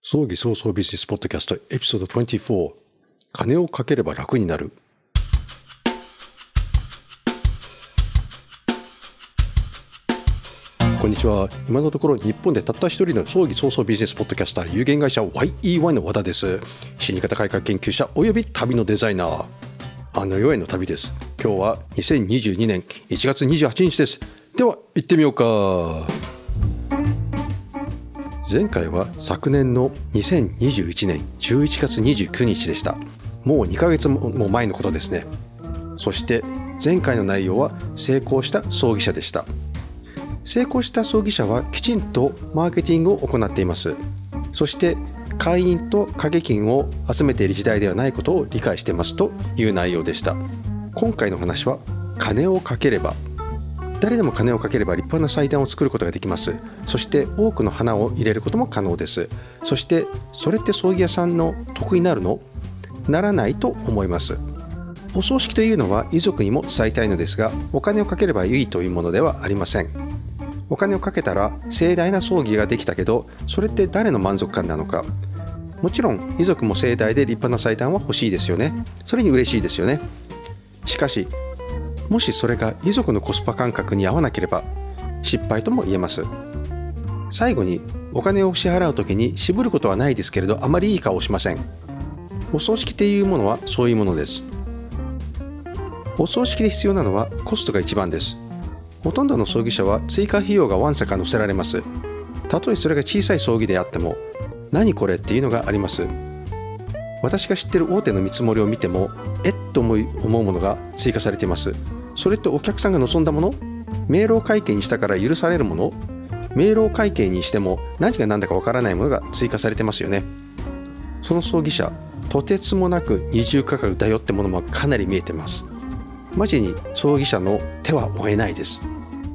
葬儀早々ビジネスポッドキャストエピソード24、金をかければ楽になる。こんにちは。今のところ日本でたった一人の葬儀早々ビジネスポッドキャスター、有限会社 YEY の和田です。死に方改革研究者および旅のデザイナー、あの世への旅です。今日は2022年1月28日です。では行ってみようか。前回は昨年の2021年11月29日でした。もう2ヶ月も前のことですね。そして前回の内容は成功した葬儀社でした。成功した葬儀社はきちんとマーケティングを行っています。そして会員と掛け金を集めている時代ではないことを理解していますという内容でした。今回の話は金をかければ、誰でも金をかければ立派な祭壇を作ることができます。そして多くの花を入れることも可能です。そしてそれって葬儀屋さんの得になるの？ならないと思います。お葬式というのは遺族にも伝えたいのですが、お金をかければいいというものではありません。お金をかけたら盛大な葬儀ができたけど、それって誰の満足感なのか。もちろん遺族も盛大で立派な祭壇は欲しいですよね。それに嬉しいですよね。しかしもしそれが遺族のコスパ感覚に合わなければ失敗とも言えます。最後にお金を支払うときに渋ることはないですけれど、あまりいい顔をしません。お葬式というものはそういうものです。お葬式で必要なのはコストが一番です。ほとんどの葬儀社は追加費用がわんさか載せられます。たとえそれが小さい葬儀であっても、何これっていうのがあります。私が知っている大手の見積もりを見ても、と思うものが追加されています。それってお客さんが望んだもの？明朗会計にしたから許されるもの？明朗会計にしても何が何だかわからないものが追加されてますよね。その葬儀社、とてつもなく二重価格だよってものもかなり見えてます。マジに葬儀社の手は負えないです。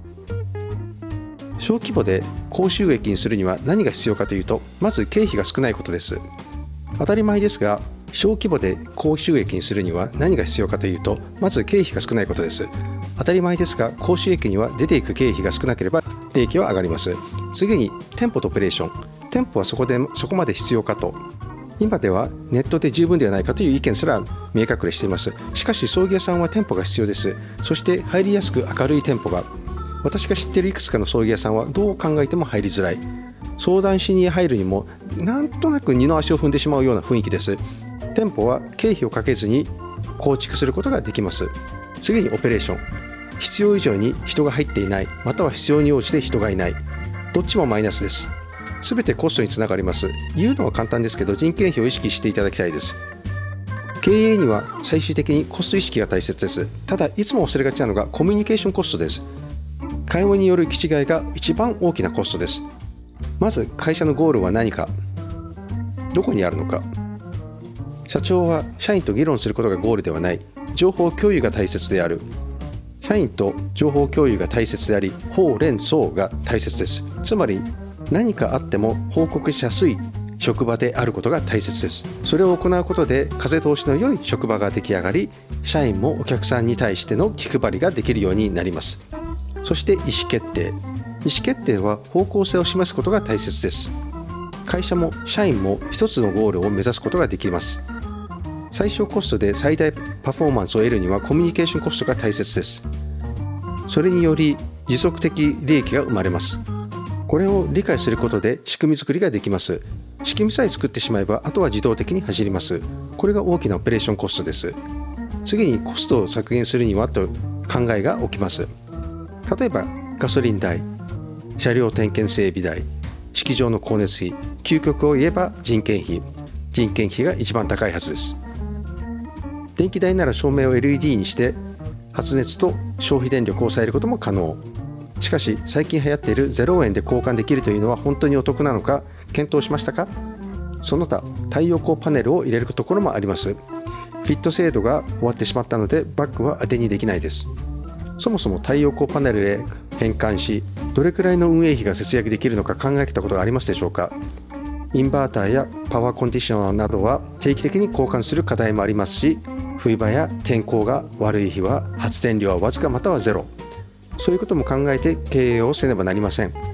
小規模で高収益にするには何が必要かというと、まず経費が少ないことです。当たり前ですが、小規模で高収益にするには何が必要かというと、まず経費が少ないことです。当たり前ですが、高収益には出ていく経費が少なければ利益は上がります。次に店舗とオペレーション。店舗はそこまで必要かと、今ではネットで十分ではないかという意見すら見え隠れしています。しかし葬儀屋さんは店舗が必要です。そして入りやすく明るい店舗が。私が知っているいくつかの葬儀屋さんはどう考えても入りづらい。相談しに入るにもなんとなく二の足を踏んでしまうような雰囲気です。店舗は経費をかけずに構築することができます。次にオペレーション。必要以上に人が入っていない、または必要に応じて人がいない。どっちもマイナスです。すべてコストにつながります。言うのは簡単ですけど、人件費を意識していただきたいです。経営には最終的にコスト意識が大切です。ただいつも忘れがちなのがコミュニケーションコストです。会話による行き違いが一番大きなコストです。まず会社のゴールは何か、どこにあるのか。社長は社員と議論することがゴールではない。情報共有が大切である。社員と情報共有が大切であり、報連相が大切です。つまり何かあっても報告しやすい職場であることが大切です。それを行うことで風通しの良い職場が出来上がり、社員もお客さんに対しての気配りができるようになります。そして意思決定。意思決定は方向性を示すことが大切です。会社も社員も一つのゴールを目指すことができます。最小コストで最大パフォーマンスを得るにはコミュニケーションコストが大切です。それにより持続的利益が生まれます。これを理解することで仕組み作りができます。仕組みさえ作ってしまえば、あとは自動的に走ります。これが大きなオペレーションコストです。次にコストを削減するにはと考えが起きます。例えばガソリン代、車両点検整備代、式場の光熱費、究極を言えば人件費が一番高いはずです。電気代なら照明を LED にして発熱と消費電力を抑えることも可能。しかし最近流行っている0円で交換できるというのは本当にお得なのか検討しましたか？その他太陽光パネルを入れるところもあります。フィット制度が終わってしまったのでバッグは当てにできないです。そもそも太陽光パネルへ変換し、どれくらいの運営費が節約できるのか考えたことがありますでしょうか？インバーターやパワーコンディショナーなどは定期的に交換する課題もありますし、冬場や天候が悪い日は発電量はわずかまたはゼロ。そういうことも考えて経営をせねばなりません。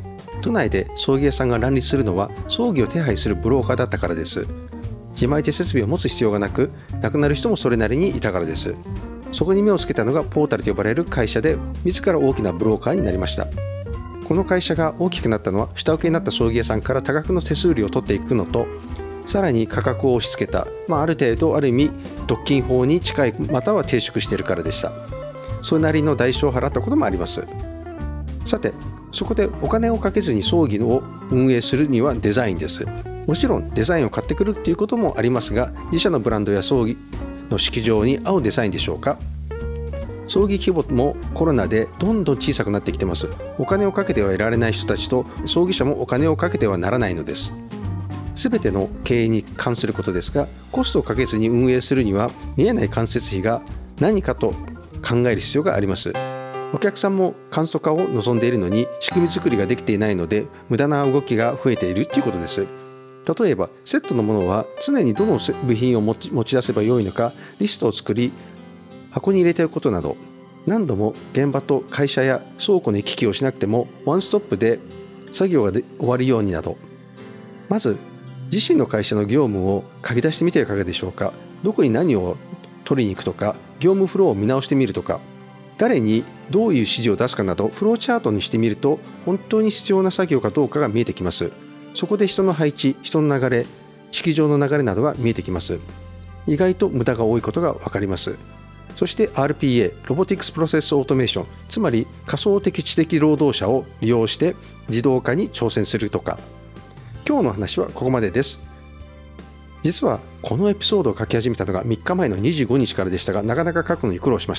都内で葬儀屋さんが乱立するのは葬儀を手配するブローカーだったからです。自前で設備を持つ必要がなく、亡くなる人もそれなりにいたからです。そこに目をつけたのがポータルと呼ばれる会社で、自ら大きなブローカーになりました。この会社が大きくなったのは、下請けになった葬儀屋さんから多額の手数料を取っていくのと、さらに価格を押し付けた、ある程度ある意味独禁法に近いまたは抵触しているからでした。それなりの代償を払ったこともあります。さて、そこでお金をかけずに葬儀を運営するにはデザインです。もちろんデザインを買ってくるっていうこともありますが、自社のブランドや葬儀の式場に合うデザインでしょうか。葬儀規模もコロナでどんどん小さくなってきてます。お金をかけてはいられない人たちと、葬儀者もお金をかけてはならないのです。すべての経営に関することですが、コストをかけずに運営するには見えない間接費が何かと考える必要があります。お客さんも簡素化を望んでいるのに、仕組み作りができていないので無駄な動きが増えているということです。例えばセットのものは常にどの部品を持ち出せばよいのかリストを作り箱に入れておくことなど、何度も現場と会社や倉庫に行き来をしなくてもワンストップで作業が終わるようになど、まず自身の会社の業務を書き出してみてはいかがでしょうか。どこに何を取りに行くとか、業務フローを見直してみるとか、誰にどういう指示を出すかなどフローチャートにしてみると、本当に必要な作業かどうかが見えてきます。そこで人の配置、人の流れ、式場の流れなどが見えてきます。意外と無駄が多いことが分かります。そして RPA、ロボティクスプロセスオートメーション、つまり仮想的知的労働者を利用して自動化に挑戦するとか。今日の話はここまでです。実はこのエピソードを書き始めたのが3日前の25日からでしたが、なかなか書くのに苦労しました。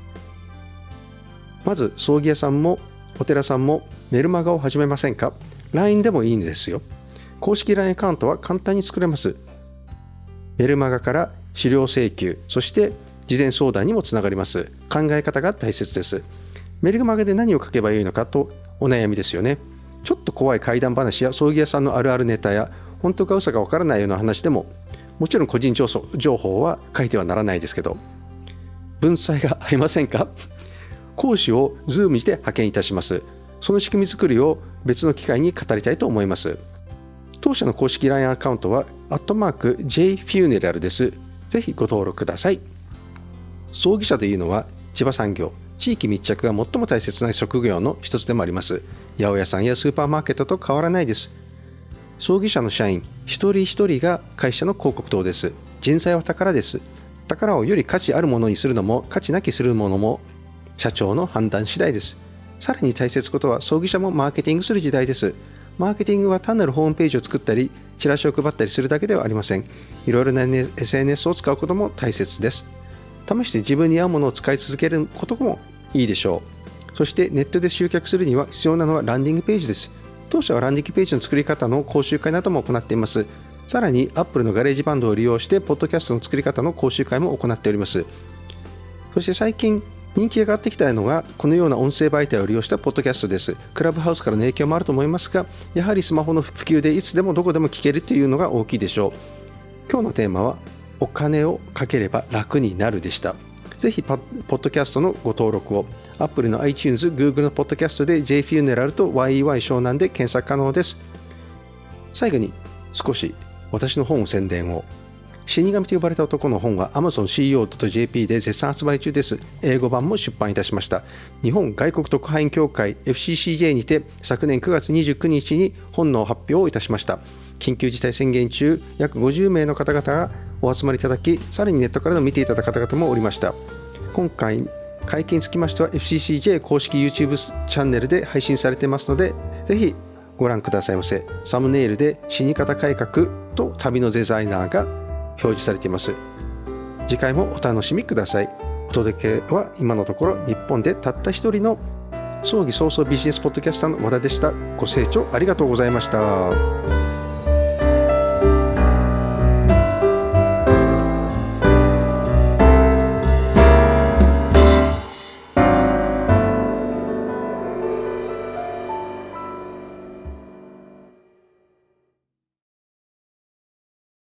まず葬儀屋さんもお寺さんもメルマガを始めませんか。 LINE でもいいんですよ。公式 LINE アカウントは簡単に作れます。メルマガから資料請求、そして事前相談にもつながります。考え方が大切です。メルマガで何を書けばよいのかとお悩みですよね。ちょっと怖い怪談話や葬儀屋さんのあるあるネタや本当か嘘かわからないような話でも、もちろん個人情報は書いてはならないですけど、文才がありませんか。講師を Zoom にて派遣いたします。その仕組み作りを別の機会に語りたいと思います。当社の公式 LINE アカウントは@JFuneral です。ぜひご登録ください。葬儀社というのは地場産業、地域密着が最も大切な職業の一つでもあります。八百屋さんやスーパーマーケットと変わらないです。葬儀社の社員一人一人が会社の広告塔です。人材は宝です。宝をより価値あるものにするのも価値なきするものも社長の判断次第です。さらに大切なことは、葬儀社もマーケティングする時代です。マーケティングは単なるホームページを作ったりチラシを配ったりするだけではありません。いろいろな SNS を使うことも大切です。試して自分に合うものを使い続けることもいいでしょう。そしてネットで集客するには必要なのはランディングページです。当社はランディングページの作り方の講習会なども行っています。さらに Apple のガレージバンドを利用してポッドキャストの作り方の講習会も行っております。そして最近人気が上がってきたのがこのような音声媒体を利用したポッドキャストです。クラブハウスからの影響もあると思いますが、やはりスマホの普及でいつでもどこでも聞けるというのが大きいでしょう。今日のテーマはお金をかければ楽になるでした。ぜひポッドキャストのご登録を Apple の iTunes、Google のポッドキャストで JFuneral と YEY 湘南で検索可能です。最後に少し私の本を宣伝を。死神と呼ばれた男の本は AmazonCEO.jp で絶賛発売中です。英語版も出版いたしました。日本外国特派員協会 FCCJ にて昨年9月29日に本の発表をいたしました。緊急事態宣言中、約50名の方々がお集まりいただき、さらにネットからの見ていただいた方々もおりました。今回会見につきましては FCCJ 公式 YouTube チャンネルで配信されていますので、ぜひご覧くださいませ。サムネイルで死に方改革と旅のデザイナーが表示されています。次回もお楽しみください。お届けは今のところ日本でたった一人の葬儀早々ビジネスポッドキャスターの和田でした。ご清聴ありがとうございました。